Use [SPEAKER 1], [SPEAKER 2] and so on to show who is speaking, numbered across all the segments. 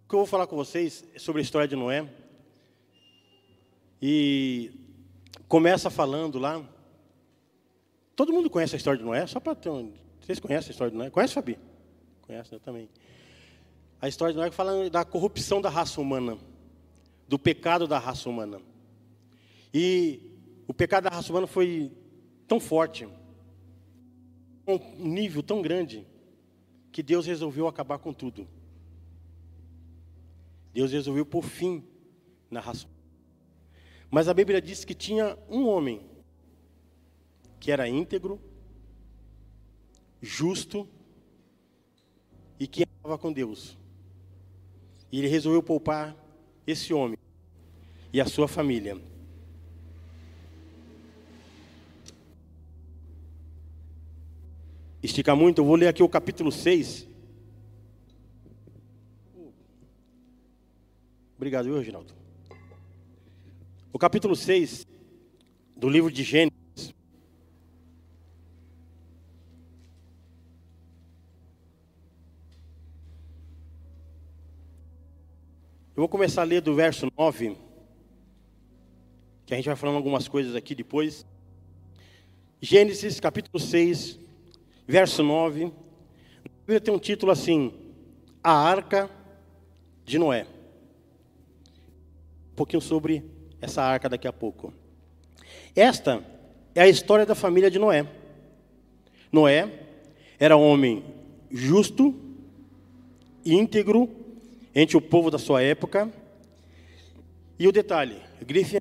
[SPEAKER 1] O que eu vou falar com vocês é sobre a história de Noé. E começa falando lá. Todo mundo conhece a história de Noé? Só para ter um... Vocês conhecem a história de Noé? Conhece, Fabi? Conhece, eu também. A história de Noé fala da corrupção da raça humana, do pecado da raça humana. E o pecado da raça humana foi tão forte, um nível tão grande, que Deus resolveu acabar com tudo. Deus resolveu pôr fim na raça humana. Mas a Bíblia diz que tinha um homem que era íntegro, justo e que andava com Deus. E ele resolveu poupar esse homem e a sua família. Esticar muito, eu vou ler aqui o capítulo 6. Obrigado, viu, Reginaldo? O capítulo 6 do livro de Gênesis. Eu vou começar a ler do verso 9, que a gente vai falando algumas coisas aqui depois. Gênesis, capítulo 6, verso 9. A Bíblia tem um título assim: A Arca de Noé. Um pouquinho sobre essa arca daqui a pouco. Esta é a história da família de Noé. Noé era um homem justo, íntegro, entre o povo da sua época. E o detalhe, grife,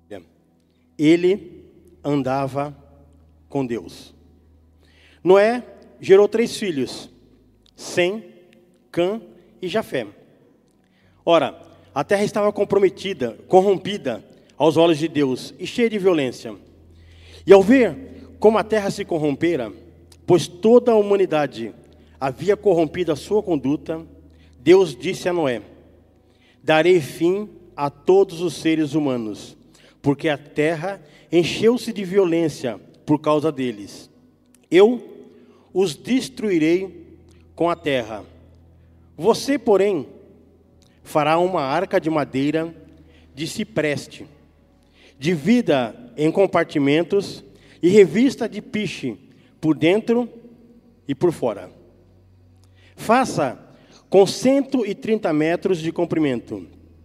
[SPEAKER 1] ele andava com Deus. Noé gerou 3 filhos, Sem, Cã e Jafé. Ora, a terra estava comprometida, corrompida aos olhos de Deus e cheia de violência. E ao ver como a terra se corrompera, pois toda a humanidade havia corrompido a sua conduta, Deus disse a Noé: darei fim a todos os seres humanos, porque a terra encheu-se de violência por causa deles. Eu os destruirei com a terra. Você, porém, fará uma arca de madeira de cipreste, divida em compartimentos e revista de piche por dentro e por fora. Faça com 130 metros de comprimento,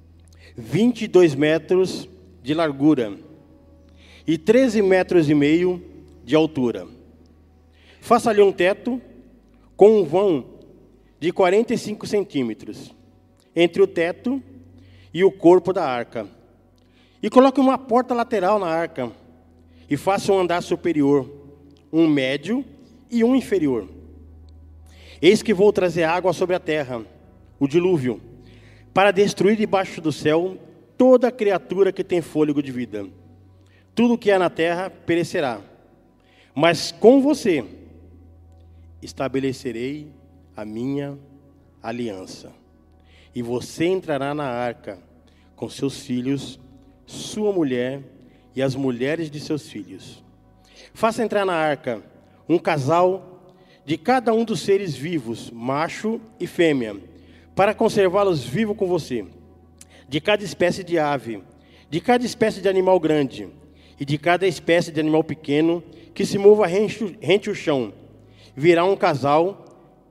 [SPEAKER 1] 22 metros de largura e 13,5 metros de altura. Faça-lhe um teto com um vão de 45 centímetros entre o teto e o corpo da arca. E coloque uma porta lateral na arca e faça um andar superior, um médio e um inferior. Eis que vou trazer água sobre a terra, o dilúvio, para destruir debaixo do céu toda criatura que tem fôlego de vida. Tudo que há na terra perecerá. Mas com você estabelecerei a minha aliança. E você entrará na arca com seus filhos, sua mulher e as mulheres de seus filhos. Faça entrar na arca um casal de cada um dos seres vivos, macho e fêmea, para conservá-los vivos com você. De cada espécie de ave, de cada espécie de animal grande, e de cada espécie de animal pequeno, que se mova rente o chão, virá um casal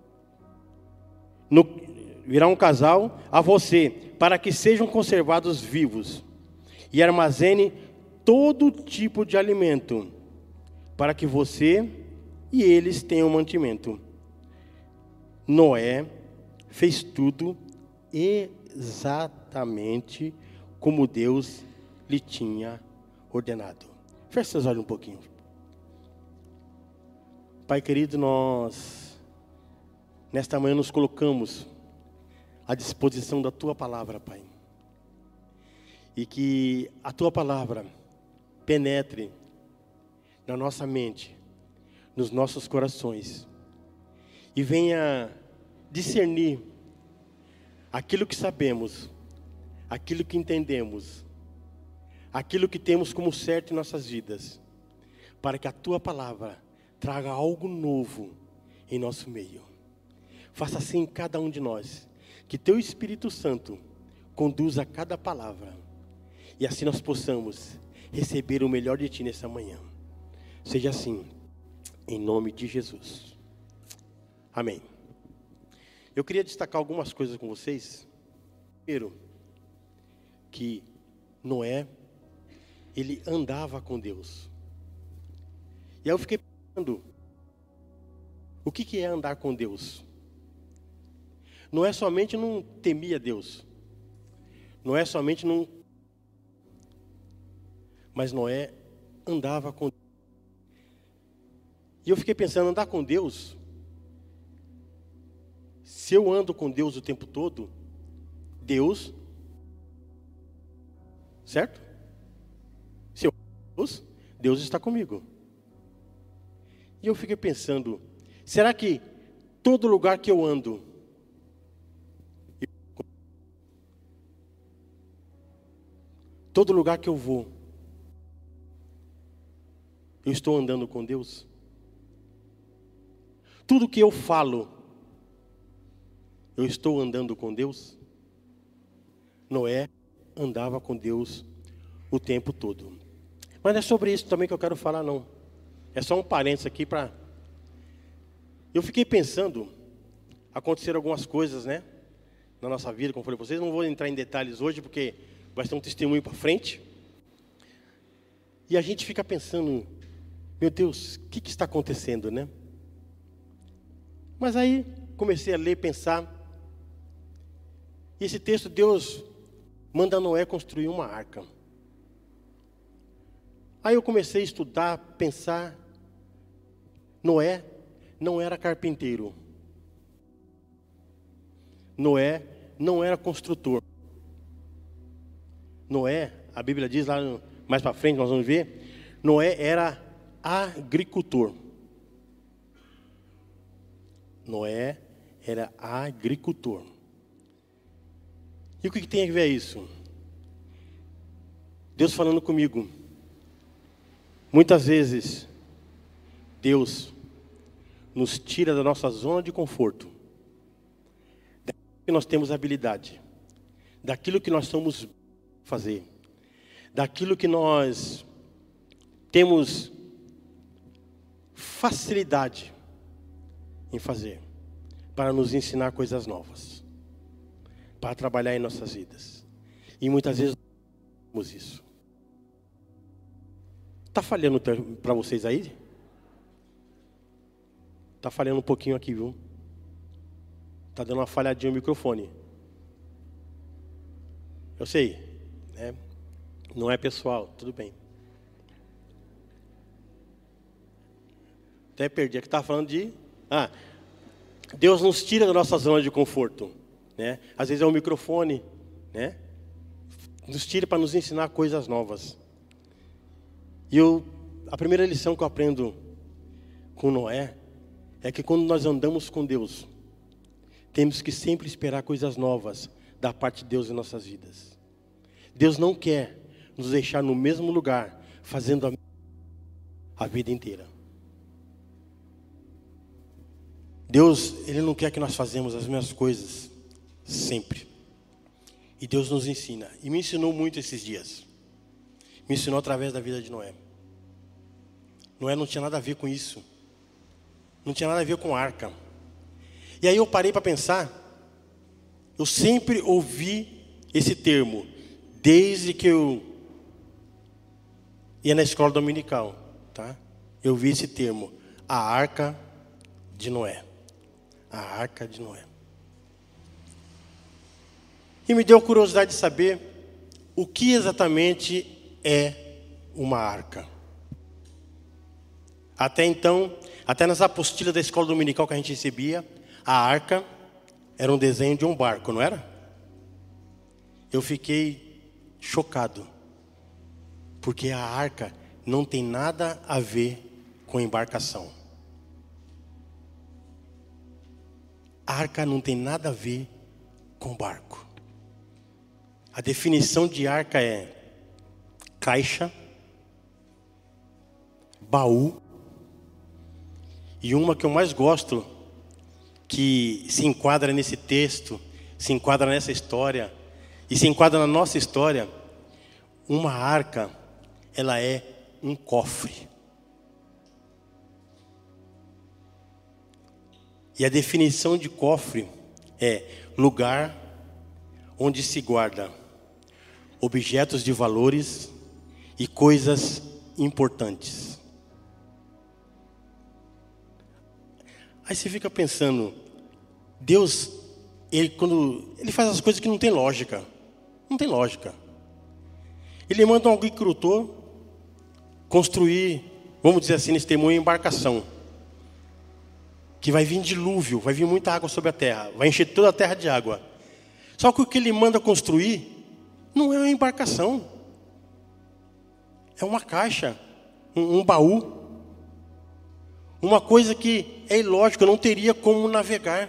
[SPEAKER 1] a você, para que sejam conservados vivos. E armazene todo tipo de alimento, para que você e eles tenham mantimento. Noé fez tudo exatamente como Deus lhe tinha ordenado. Feche seus olhos um pouquinho. Pai querido, nós nesta manhã nos colocamos à disposição da Tua palavra, Pai. E que a Tua palavra penetre na nossa mente, nos nossos corações, e venha discernir aquilo que sabemos, aquilo que entendemos, aquilo que temos como certo em nossas vidas, para que a Tua palavra traga algo novo em nosso meio. Faça assim em cada um de nós, que teu Espírito Santo conduza cada palavra. E assim nós possamos receber o melhor de ti nessa manhã. Seja assim, em nome de Jesus. Amém. Eu queria destacar algumas coisas com vocês. Primeiro, que Noé, ele andava com Deus. E aí eu fiquei pensando, o que é andar com Deus? Noé somente não temia Deus. Noé somente não... Mas Noé andava com Deus. E eu fiquei pensando, andar com Deus... Se eu ando com Deus o tempo todo, Deus, certo? Se eu ando com Deus, Deus está comigo. E eu fiquei pensando, será que todo lugar que eu ando, todo lugar que eu vou, eu estou andando com Deus? Tudo que eu falo, eu estou andando com Deus? Noé andava com Deus o tempo todo. Mas não é sobre isso também que eu quero falar, não. É só um parênteses aqui para... Eu fiquei pensando, aconteceram algumas coisas, né? Na nossa vida, como eu falei para vocês, não vou entrar em detalhes hoje, porque vai ser um testemunho para frente. E a gente fica pensando, meu Deus, o que está acontecendo, né? Mas aí comecei a ler, pensar. E esse texto, Deus manda Noé construir uma arca. Aí eu comecei a estudar, pensar. Noé não era carpinteiro. Noé não era construtor. Noé, a Bíblia diz lá mais para frente, nós vamos ver, Noé era agricultor. Noé era agricultor. E o que tem a ver isso? Deus falando comigo. Muitas vezes, Deus nos tira da nossa zona de conforto. Daquilo que nós temos habilidade. Daquilo que nós somos fazer. Daquilo que nós temos facilidade em fazer. Para nos ensinar coisas novas. Para trabalhar em nossas vidas. E muitas vezes não fazemos isso. Está falhando para vocês aí? Está falhando um pouquinho aqui, viu? Está dando uma falhadinha no microfone. Eu sei, né? Não é pessoal, tudo bem. Até perdi, aqui estava falando de... Deus nos tira da nossa zona de conforto. Né? Às vezes é o microfone, né? Nos tira para nos ensinar coisas novas. E a primeira lição que eu aprendo com Noé é que quando nós andamos com Deus, temos que sempre esperar coisas novas da parte de Deus em nossas vidas. Deus não quer nos deixar no mesmo lugar, fazendo a vida inteira. Deus, Ele não quer que nós façamos as mesmas coisas sempre. E Deus nos ensina. E me ensinou muito esses dias. Me ensinou através da vida de Noé. Noé não tinha nada a ver com isso. Não tinha nada a ver com arca. E aí eu parei para pensar. Eu sempre ouvi esse termo. Desde que eu ia na escola dominical. Tá? Eu vi esse termo. A arca de Noé. A arca de Noé. E me deu curiosidade de saber o que exatamente é uma arca. Até então, até nas apostilas da escola dominical que a gente recebia, a arca era um desenho de um barco, não era? Eu fiquei chocado, porque a arca não tem nada a ver com embarcação. A arca não tem nada a ver com barco. A definição de arca é caixa, baú, e uma que eu mais gosto, que se enquadra nesse texto, se enquadra nessa história e se enquadra na nossa história. Uma arca, ela é um cofre. E a definição de cofre é lugar onde se guarda objetos de valores e coisas importantes. Aí você fica pensando, Deus, quando Ele faz as coisas que não tem lógica. Não tem lógica. Ele manda um agricultor construir, vamos dizer assim, nesse termo, uma embarcação. Que vai vir dilúvio, vai vir muita água sobre a terra, vai encher toda a terra de água. Só que o que ele manda construir não é uma embarcação. É uma caixa, um baú. Uma coisa que é ilógica, não teria como navegar.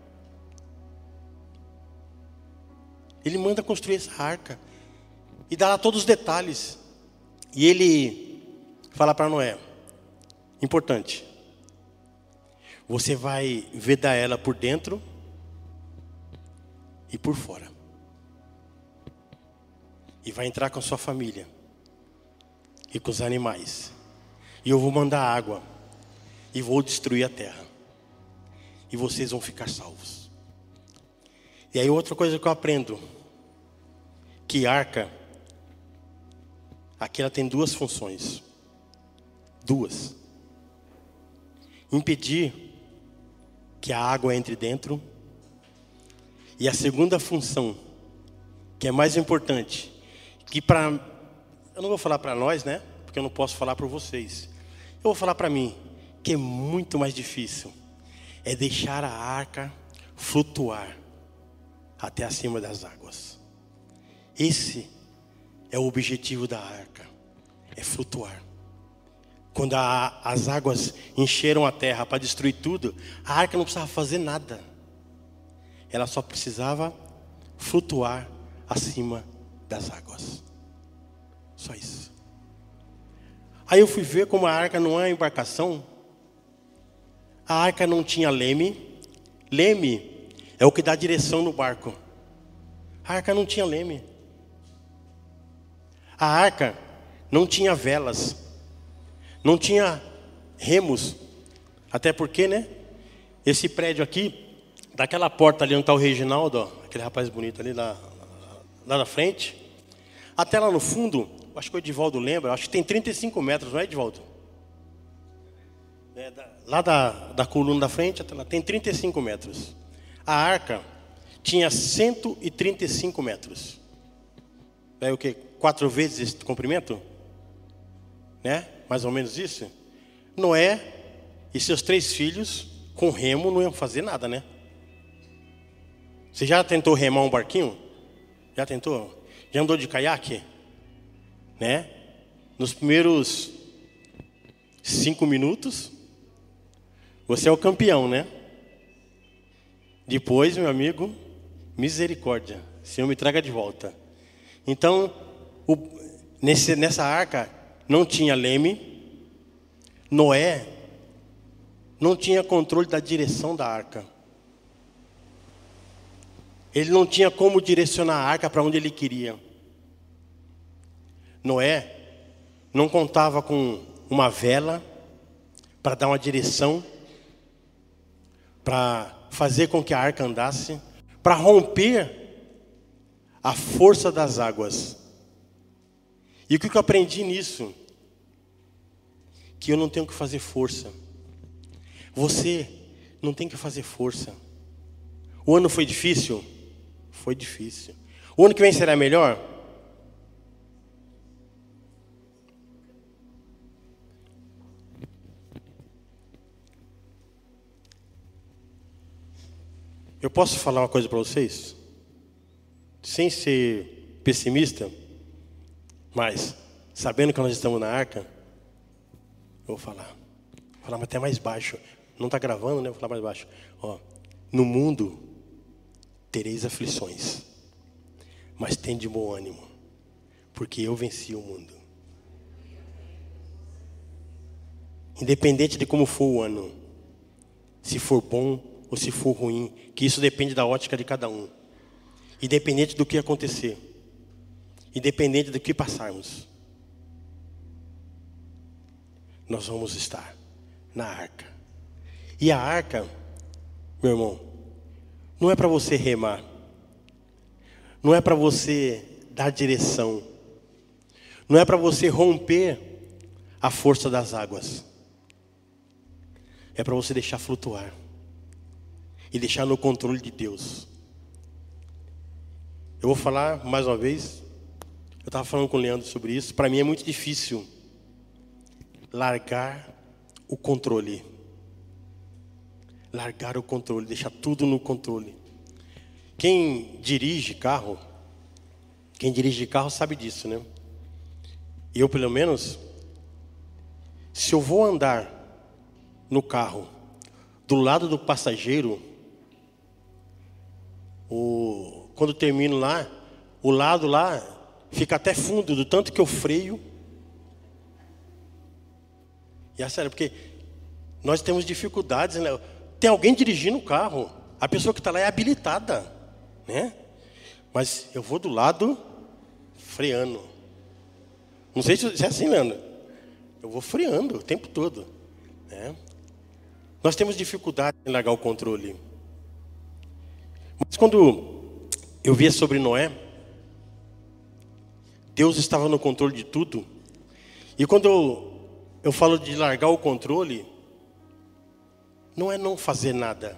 [SPEAKER 1] Ele manda construir essa arca e dá lá todos os detalhes. E ele fala para Noé, importante, você vai vedar ela por dentro e por fora. E vai entrar com a sua família e com os animais. E eu vou mandar água e vou destruir a terra. E vocês vão ficar salvos. E aí outra coisa que eu aprendo, que arca, aqui ela tem duas funções. Duas. Impedir que a água entre dentro. E a segunda função, que é mais importante, que eu não vou falar para nós, né? Porque eu não posso falar para vocês. Eu vou falar para mim, que é muito mais difícil. É deixar a arca flutuar até acima das águas. Esse é o objetivo da arca. É flutuar. Quando as águas encheram a terra para destruir tudo, a arca não precisava fazer nada. Ela só precisava flutuar acima das águas. Só isso. Aí eu fui ver como a arca não é uma embarcação. A arca não tinha leme. Leme é o que dá direção no barco. A arca não tinha leme. A arca não tinha velas. Não tinha remos. Até porque, né? Esse prédio aqui, daquela porta ali onde está o Reginaldo, ó, aquele rapaz bonito ali lá na frente, até lá no fundo, acho que o Edivaldo lembra, acho que tem 35 metros, não é, Edivaldo? Lá da coluna da frente, até lá, tem 35 metros. A arca tinha 135 metros. É o quê? 4 vezes esse comprimento? Né? Mais ou menos isso. Noé e seus 3 filhos, com remo, não iam fazer nada, né? Você já tentou remar um barquinho? Já tentou? Já andou de caiaque? Né? Nos primeiros 5 minutos, você é o campeão, né? Depois, meu amigo, misericórdia, Senhor me traga de volta. Então, nessa arca não tinha leme. Noé não tinha controle da direção da arca. Ele não tinha como direcionar a arca para onde ele queria. Noé não contava com uma vela para dar uma direção, para fazer com que a arca andasse, para romper a força das águas. E o que eu aprendi nisso? Que eu não tenho que fazer força. Você não tem que fazer força. O ano foi difícil? Foi difícil. O ano que vem será melhor? Eu posso falar uma coisa para vocês? Sem ser pessimista, mas sabendo que nós estamos na arca, eu vou falar. Vou falar até mais baixo. Não está gravando, né? Vou falar mais baixo. Ó, no mundo tereis aflições, mas tende bom ânimo, porque eu venci o mundo. Independente de como for o ano, se for bom ou se for ruim, que isso depende da ótica de cada um. independente do que acontecer, independente do que passarmos, nós vamos estar na arca. E a arca, meu irmão, não é para você remar, não é para você dar direção, não é para você romper a força das águas, é para você deixar flutuar e deixar no controle de Deus. Eu vou falar mais uma vez, eu estava falando com o Leandro sobre isso. Para mim é muito difícil largar o controle. Largar o controle, deixar tudo no controle. Quem dirige carro sabe disso, né? Eu, pelo menos, se eu vou andar no carro do lado do passageiro, quando termino lá, o lado lá fica até fundo, do tanto que eu freio. E é sério, porque nós temos dificuldades, né? Tem alguém dirigindo o carro, a pessoa que está lá é habilitada, né? Mas eu vou do lado freando. Não sei se é assim, Leandro. Eu vou freando o tempo todo, né? Nós temos dificuldade em largar o controle. Mas quando eu via sobre Noé, Deus estava no controle de tudo. E quando eu falo de largar o controle, não é não fazer nada.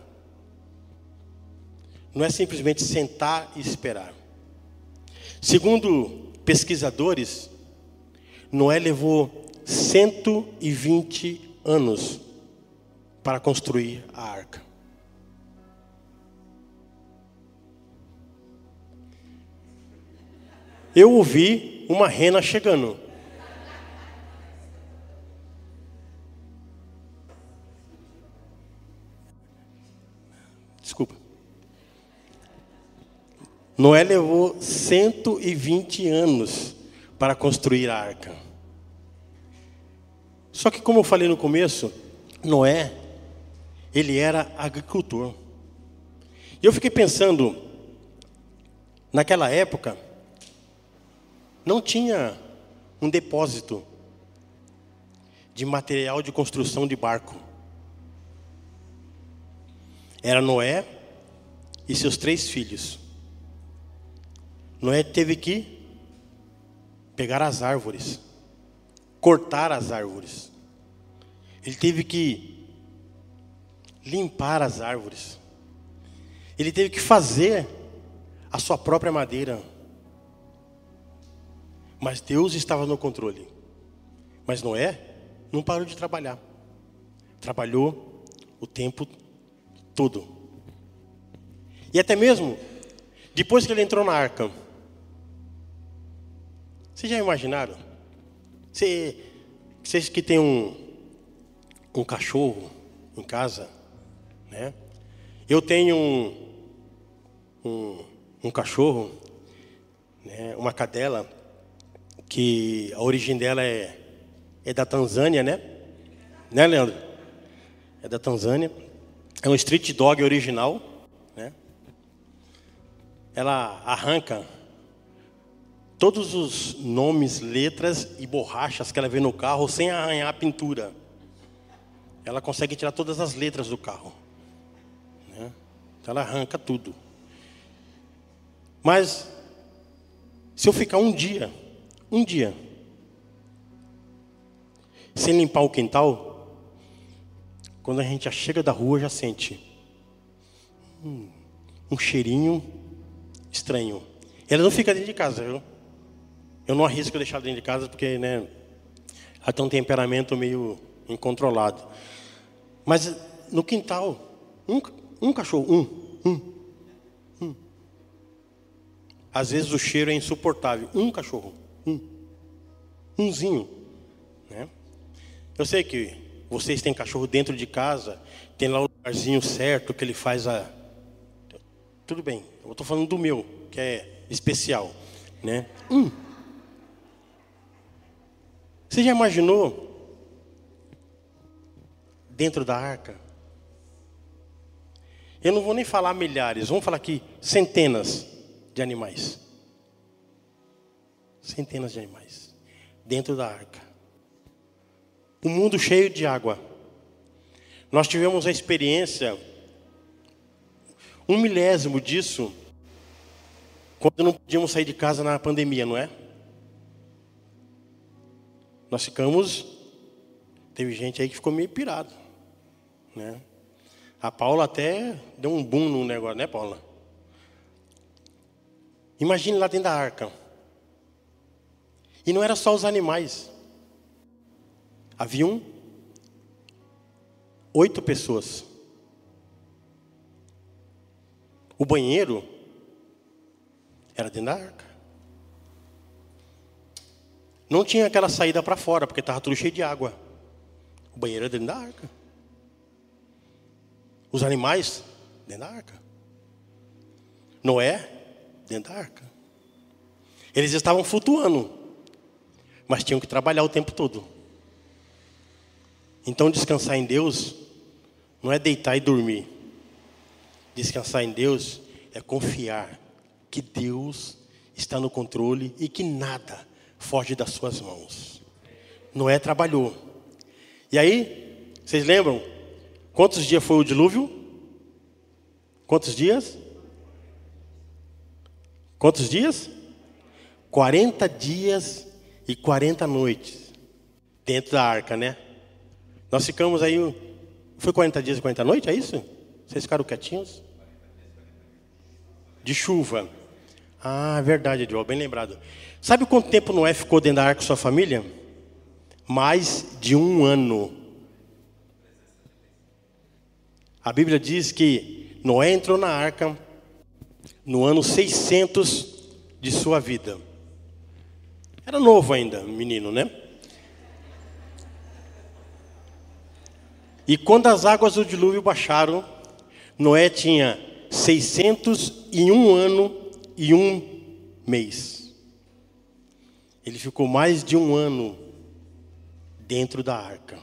[SPEAKER 1] Não é simplesmente sentar e esperar. Segundo pesquisadores, Noé levou 120 anos para construir a arca. Eu ouvi uma rena chegando. Desculpa. Noé levou 120 anos para construir a arca. Só que, como eu falei no começo, Noé, ele era agricultor. E eu fiquei pensando, naquela época, não tinha um depósito de material de construção de barco. Era Noé e seus 3 filhos. Noé teve que pegar as árvores, cortar as árvores. Ele teve que limpar as árvores. Ele teve que fazer a sua própria madeira. Mas Deus estava no controle. Mas Noé não parou de trabalhar. Trabalhou o tempo todo. E até mesmo depois que ele entrou na arca, vocês já imaginaram? Vocês que tem um cachorro em casa, né? Eu tenho um cachorro, né? Uma cadela, que a origem dela é da Tanzânia, né? Né, Leandro? É da Tanzânia. É um street dog original, né? Ela arranca todos os nomes, letras e borrachas que ela vê no carro sem arranhar a pintura. Ela consegue tirar todas as letras do carro, né? Então ela arranca tudo. Mas se eu ficar um dia sem limpar o quintal, quando a gente já chega da rua já sente um cheirinho estranho. Ela não fica dentro de casa, viu? Eu não arrisco deixar dentro de casa porque, né, ela tem um temperamento meio incontrolado. Mas no quintal, um cachorro, às vezes o cheiro é insuportável. Um cachorro, umzinho, né? Eu sei que vocês têm cachorro dentro de casa, tem lá o lugarzinho certo que ele faz a... Tudo bem, eu estou falando do meu, que é especial, né? Você já imaginou dentro da arca? Eu não vou nem falar milhares, vamos falar aqui centenas de animais. Centenas de animais. Dentro da arca. Um mundo cheio de água. Nós tivemos a experiência, 1/1000 disso, quando não podíamos sair de casa na pandemia, não é? Nós ficamos, teve gente aí que ficou meio pirado, né? A Paula até deu um boom no negócio, né, Paula? Imagine lá dentro da arca. E não era só os animais. Haviam 8 pessoas. O banheiro era dentro da arca. Não tinha aquela saída para fora, porque estava tudo cheio de água. O banheiro era dentro da arca. Os animais, dentro da arca. Noé, dentro da arca. Eles estavam flutuando, mas tinham que trabalhar o tempo todo. Então descansar em Deus não é deitar e dormir. Descansar em Deus é confiar que Deus está no controle e que nada foge das suas mãos. Noé trabalhou. E aí, vocês lembram? Quantos dias foi o dilúvio? Quantos dias? Quantos dias? 40 dias e 40 noites. Dentro da arca, né? Nós ficamos aí, foi 40 dias e 40 noites, é isso? Vocês ficaram quietinhos? De chuva. Ah, verdade, Edil, bem lembrado. Sabe quanto tempo Noé ficou dentro da arca com sua família? Mais de 1 ano. A Bíblia diz que Noé entrou na arca no ano 600 de sua vida. Era novo ainda, menino, né? E quando as águas do dilúvio baixaram, Noé tinha 601 ano e 1 mês. Ele ficou mais de 1 ano dentro da arca.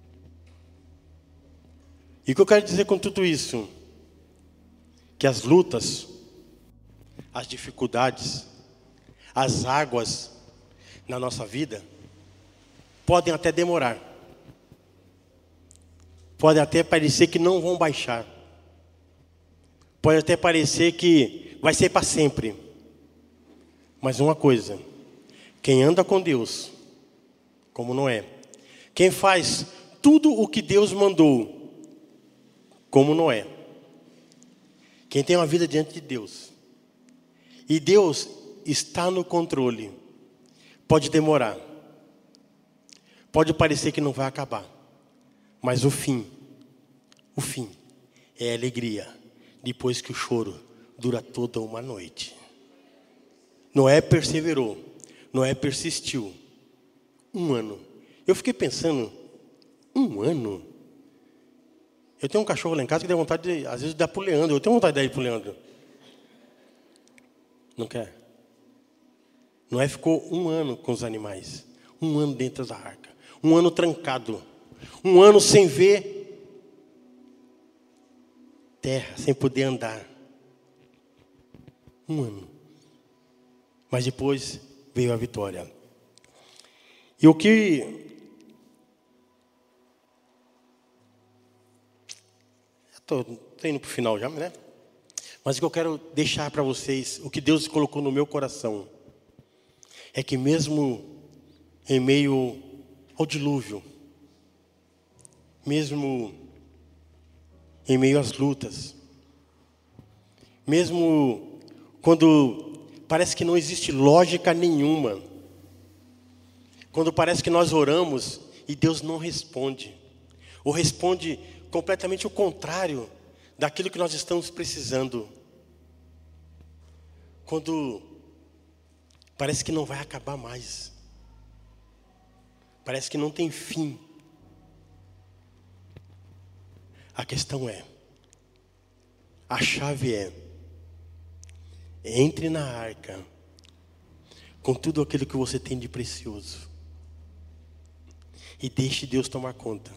[SPEAKER 1] E o que eu quero dizer com tudo isso? Que as lutas, as dificuldades, as águas na nossa vida podem até demorar. Pode até parecer que não vão baixar. Pode até parecer que vai ser para sempre. Mas uma coisa, quem anda com Deus, como Noé, quem faz tudo o que Deus mandou, como Noé, quem tem uma vida diante de Deus, e Deus está no controle, pode demorar, pode parecer que não vai acabar, mas o fim é alegria, depois que o choro dura toda uma noite. Noé perseverou, Noé persistiu. 1 ano. Eu fiquei pensando, 1 ano? Eu tenho um cachorro lá em casa que dá vontade de, às vezes, dar pro Leandro. Eu tenho vontade de dar ele pro Leandro. Não quer? Noé ficou 1 ano com os animais. 1 ano dentro da arca. 1 ano trancado. 1 ano sem ver terra, sem poder andar. 1 ano. Mas depois veio a vitória. E o que... Estou indo para o final já, né? Mas o que eu quero deixar para vocês, o que Deus colocou no meu coração, é que mesmo em meio ao dilúvio, mesmo em meio às lutas, mesmo quando parece que não existe lógica nenhuma, quando parece que nós oramos e Deus não responde, ou responde completamente o contrário daquilo que nós estamos precisando, quando parece que não vai acabar mais, parece que não tem fim. A questão é, a chave é, entre na arca com tudo aquilo que você tem de precioso e deixe Deus tomar conta.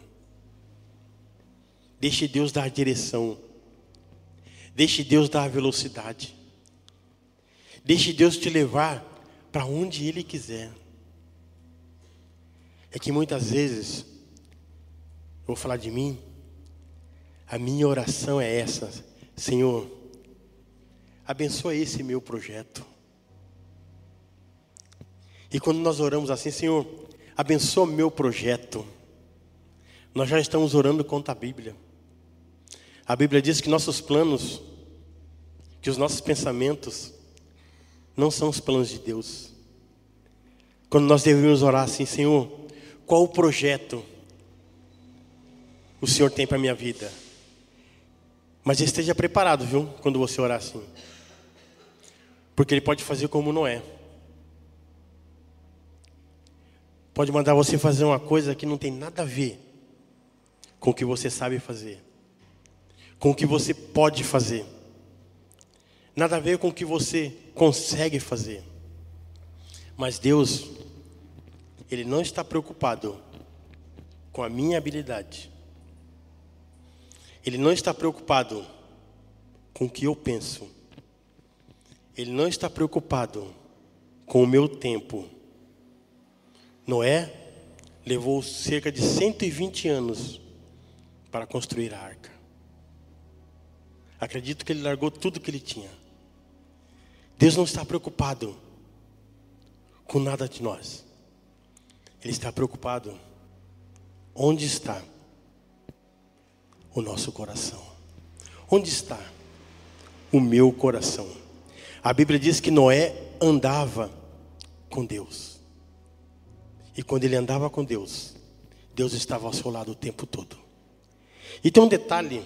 [SPEAKER 1] Deixe Deus dar a direção. Deixe Deus dar a velocidade.
[SPEAKER 2] Deixe Deus te levar para onde Ele quiser. É que muitas vezes, eu vou falar de mim, a minha oração é essa: Senhor, abençoa esse meu projeto. E quando nós oramos assim, Senhor, abençoa meu projeto, nós já estamos orando contra a Bíblia. A Bíblia diz que nossos planos, que os nossos pensamentos, não são os planos de Deus. Quando nós devemos orar assim: Senhor, qual o projeto o Senhor tem para a minha vida? Mas esteja preparado, viu, quando você orar assim. Porque Ele pode fazer como Noé. Pode mandar você fazer uma coisa que não tem nada a ver com o que você sabe fazer, com o que você pode fazer, nada a ver com o que você consegue fazer. Mas Deus, Ele não está preocupado com a minha habilidade. Ele não está preocupado com o que eu penso. Ele não está preocupado com o meu tempo. Noé levou cerca de 120 anos para construir a arca. Acredito que ele largou tudo que ele tinha. Deus não está preocupado com nada de nós. Ele está preocupado onde está o nosso coração. Onde está o meu coração? A Bíblia diz que Noé andava com Deus. E quando ele andava com Deus, Deus estava ao seu lado o tempo todo. E tem um detalhe,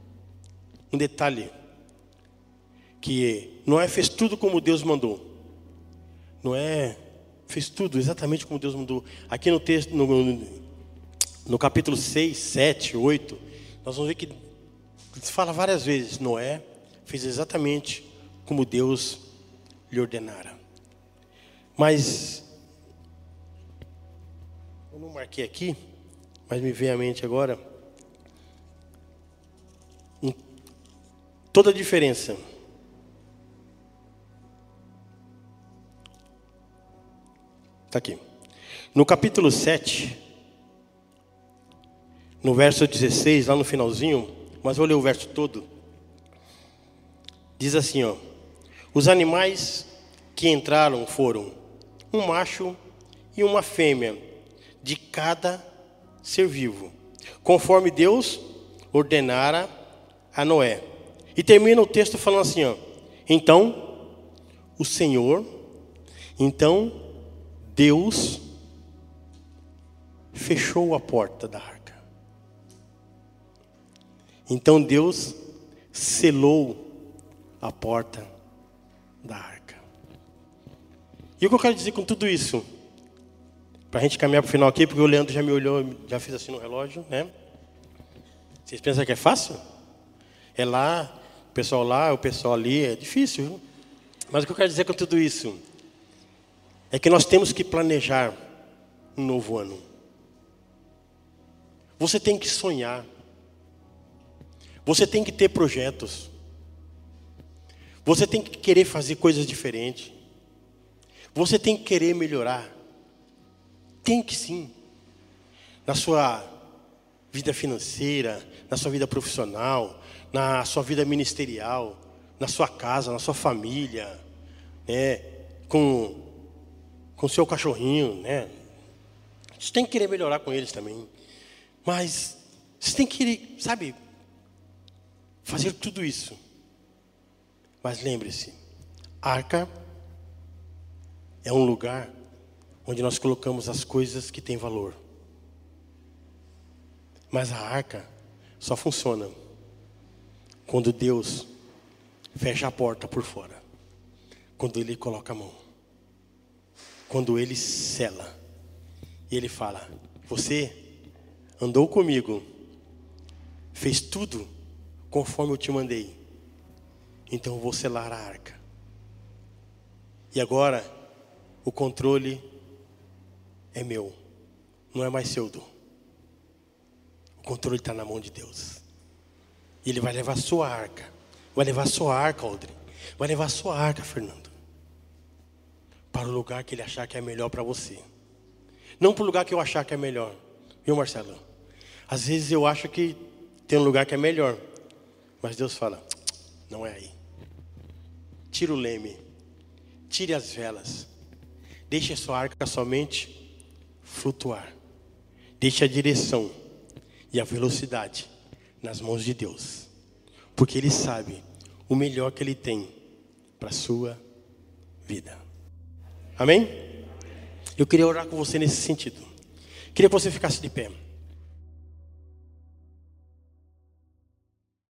[SPEAKER 2] que Noé fez tudo como Deus mandou. Noé fez tudo exatamente como Deus mandou. Aqui no texto, no capítulo 6, 7, 8, nós vamos ver que se fala várias vezes: Noé fez exatamente como Deus lhe ordenara. Mas eu não marquei aqui, mas me veio à mente agora toda a diferença. Está aqui. No capítulo 7, no verso 16, lá no finalzinho, mas vou ler o verso todo. Diz assim, ó: os animais que entraram foram um macho e uma fêmea de cada ser vivo, conforme Deus ordenara a Noé. E termina o texto falando assim, ó: então Deus fechou a porta da arca. Então Deus selou a porta da arca. E o que eu quero dizer com tudo isso? Para a gente caminhar para o final aqui, porque o Leandro já me olhou, já fez assim no relógio, né? Vocês pensam que é fácil? É lá, o pessoal ali, é difícil, viu? Mas o que eu quero dizer com tudo isso é que nós temos que planejar um novo ano. Você tem que sonhar. Você tem que ter projetos. Você tem que querer fazer coisas diferentes. Você tem que querer melhorar. Tem que sim. Na sua vida financeira, na sua vida profissional, na sua vida ministerial, na sua casa, na sua família, né? Com o seu cachorrinho, né? Você tem que querer melhorar com eles também. Mas você tem que querer, sabe, fazer tudo isso. Mas lembre-se, arca é um lugar onde nós colocamos as coisas que têm valor. Mas a arca só funciona quando Deus fecha a porta por fora. Quando Ele coloca a mão. Quando Ele sela. E Ele fala: você andou comigo, fez tudo conforme eu te mandei. Então eu vou selar a arca. E agora o controle é meu, não é mais seu, Du. O controle está na mão de Deus. E Ele vai levar a sua arca. Vai levar a sua arca, Audrey. Vai levar a sua arca, Fernando. para o lugar que Ele achar que é melhor para você. Não para o lugar que eu achar que é melhor. Viu, Marcelo? Às vezes eu acho que tem um lugar que é melhor. Mas Deus fala, não é aí. Tira o leme. Tire as velas. Deixe a sua arca somente flutuar. Deixe a direção e a velocidade nas mãos de Deus. Porque Ele sabe o melhor que Ele tem para a sua vida. Amém? Eu queria orar com você nesse sentido. Queria que você ficasse de pé.